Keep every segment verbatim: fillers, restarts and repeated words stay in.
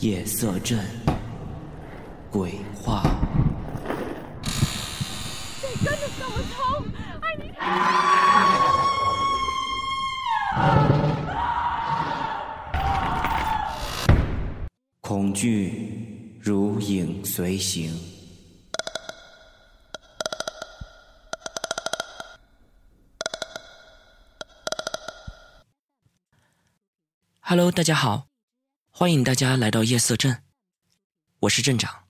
夜色镇鬼话。 这真的这么痛？哎你！ 恐惧如影随形。Hello， 大家好，欢迎大家来到夜色镇，我是镇长。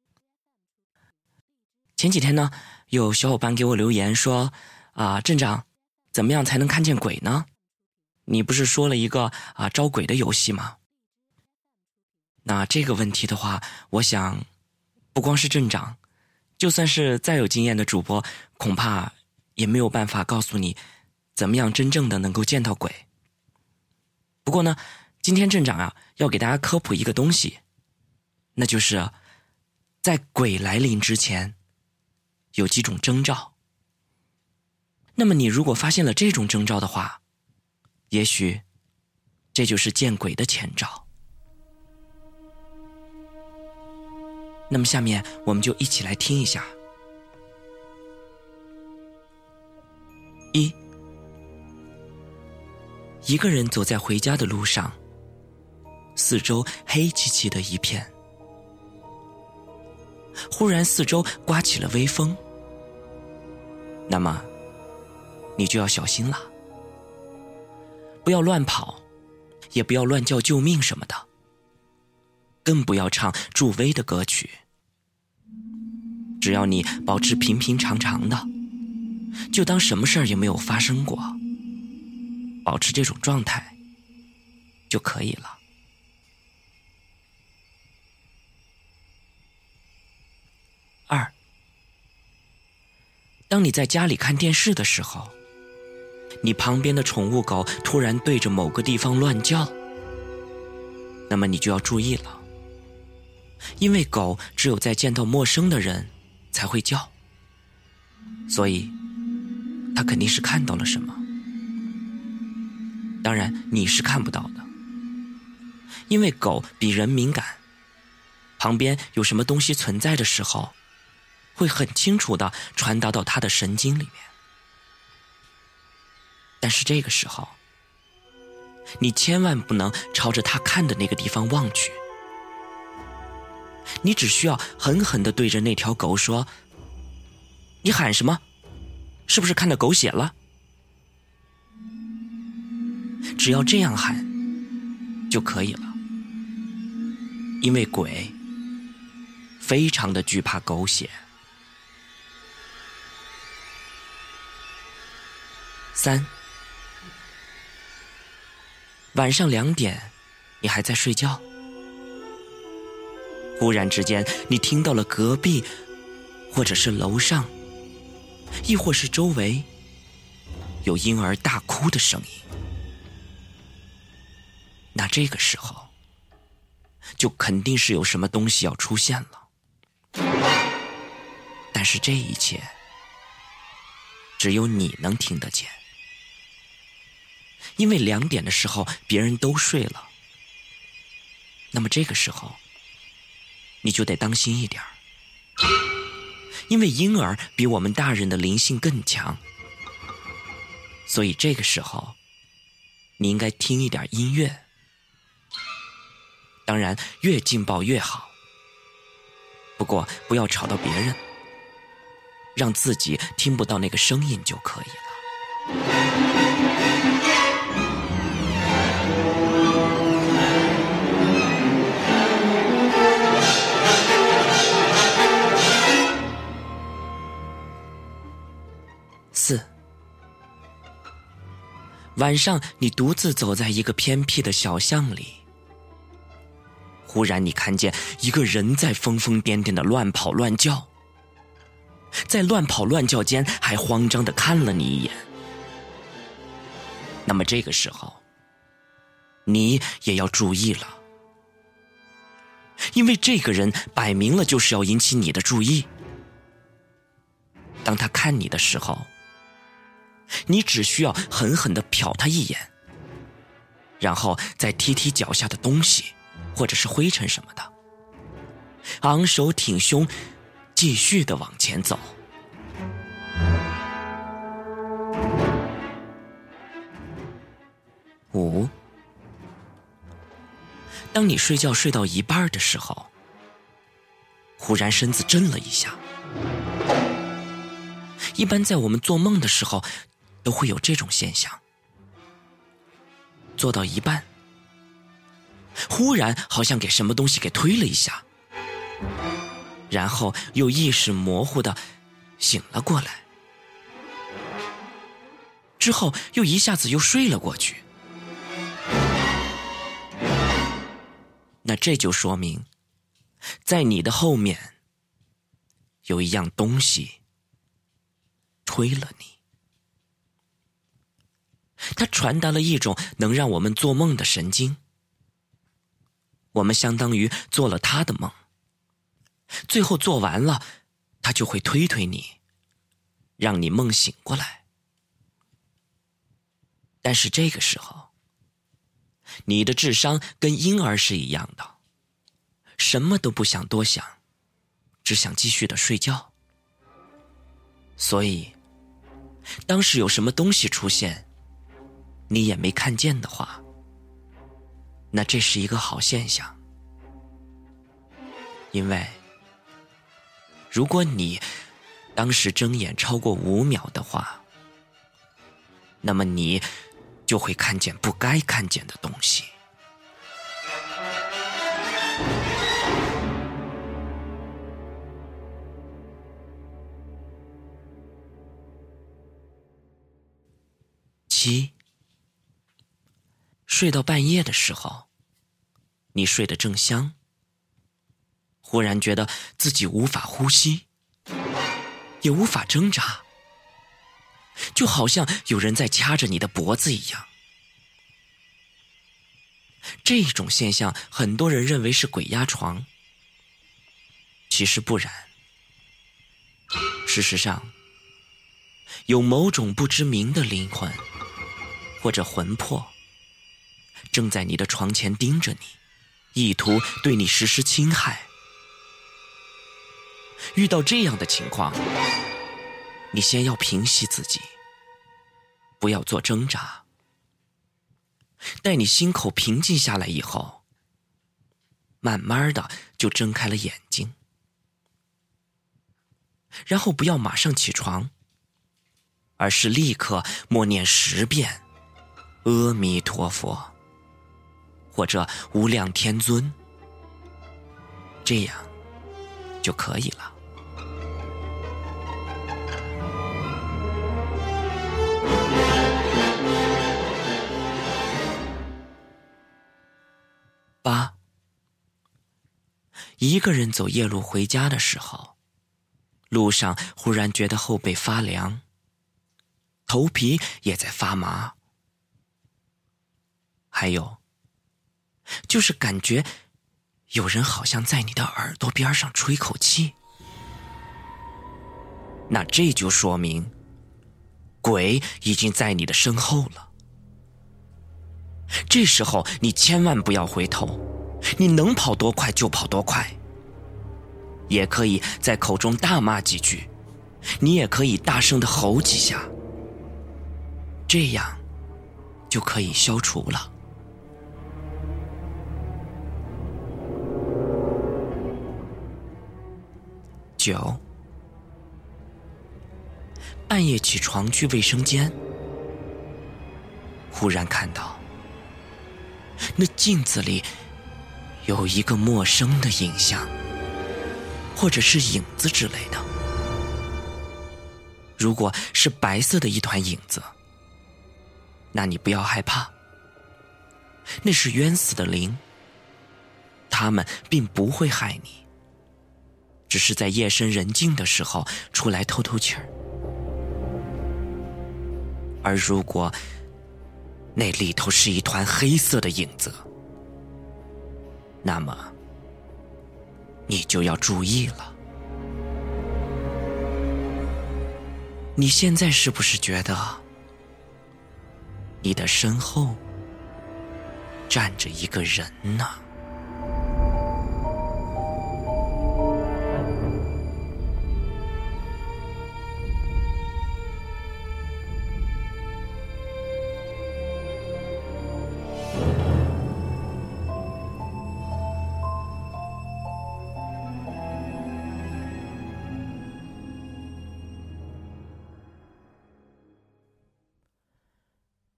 前几天呢，有小伙伴给我留言说，啊，镇长，怎么样才能看见鬼呢？你不是说了一个啊招鬼的游戏吗？那这个问题的话，我想，不光是镇长，就算是再有经验的主播，恐怕也没有办法告诉你，怎么样真正的能够见到鬼。不过呢，今天镇长啊，要给大家科普一个东西，那就是在鬼来临之前，有几种征兆。那么你如果发现了这种征兆的话，也许这就是见鬼的前兆。那么下面我们就一起来听一下。一，一个人走在回家的路上，四周黑漆漆的一片，忽然四周刮起了微风，那么你就要小心了，不要乱跑，也不要乱叫救命什么的，更不要唱助威的歌曲。只要你保持平平常常的，就当什么事儿也没有发生过，保持这种状态就可以了。二，当你在家里看电视的时候，你旁边的宠物狗突然对着某个地方乱叫，那么你就要注意了，因为狗只有在见到陌生的人才会叫，所以它肯定是看到了什么。当然你是看不到的，因为狗比人敏感，旁边有什么东西存在的时候，会很清楚地传达到它的神经里面。但是这个时候，你千万不能朝着它看的那个地方望去，你只需要狠狠地对着那条狗说，你喊什么？是不是看到狗血了？只要这样喊就可以了，因为鬼非常的惧怕狗血。三，晚上两点，你还在睡觉，忽然之间你听到了隔壁或者是楼上，亦或是周围有婴儿大哭的声音，那这个时候就肯定是有什么东西要出现了。但是这一切只有你能听得见，因为两点的时候别人都睡了，那么这个时候你就得当心一点，因为婴儿比我们大人的灵性更强，所以这个时候你应该听一点音乐，当然越劲爆越好，不过不要吵到别人，让自己听不到那个声音就可以了。四，晚上你独自走在一个偏僻的小巷里，忽然你看见一个人在疯疯癫癫的乱跑乱叫，在乱跑乱叫间还慌张地看了你一眼，那么这个时候你也要注意了，因为这个人摆明了就是要引起你的注意。当他看你的时候，你只需要狠狠地瞟他一眼，然后再踢踢脚下的东西， 或者是灰尘什么的，昂首挺胸，继续的往前走。五，当你睡觉睡到一半的时候，忽然身子震了一下。一般在我们做梦的时候都会有这种现象，做到一半，忽然好像给什么东西给推了一下，然后又意识模糊的醒了过来，之后又一下子又睡了过去。那这就说明，在你的后面有一样东西推了你，它传达了一种能让我们做梦的神经，我们相当于做了他的梦，最后做完了，他就会推推你，让你梦醒过来。但是这个时候，你的智商跟婴儿是一样的，什么都不想多想，只想继续的睡觉。所以当时有什么东西出现你也没看见的话，那这是一个好现象。因为如果你当时睁眼超过五秒的话，那么你就会看见不该看见的东西。七，睡到半夜的时候，你睡得正香，忽然觉得自己无法呼吸，也无法挣扎，就好像有人在掐着你的脖子一样。这种现象很多人认为是鬼压床，其实不然。事实上，有某种不知名的灵魂或者魂魄正在你的床前盯着你，意图对你实施侵害。遇到这样的情况，你先要平息自己，不要做挣扎。待你心口平静下来以后，慢慢的就睁开了眼睛，然后不要马上起床，而是立刻默念十遍阿弥陀佛或者无量天尊，这样就可以了。八，一个人走夜路回家的时候，路上忽然觉得后背发凉，头皮也在发麻，还有就是感觉有人好像在你的耳朵边上吹口气，那这就说明鬼已经在你的身后了。这时候你千万不要回头，你能跑多快就跑多快，也可以在口中大骂几句，你也可以大声的吼几下，这样就可以消除了。九，半夜起床去卫生间，忽然看到那镜子里有一个陌生的影像，或者是影子之类的。如果是白色的一团影子，那你不要害怕，那是冤死的灵，他们并不会害你，只是在夜深人静的时候出来透透气儿。而如果那里头是一团黑色的影子，那么你就要注意了。你现在是不是觉得你的身后站着一个人呢？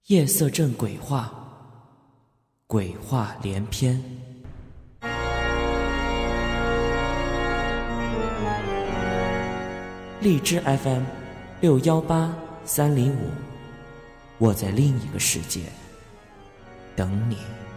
夜色镇鬼话，鬼话连篇。荔枝 F M 六幺八三零五，我在另一个世界等你。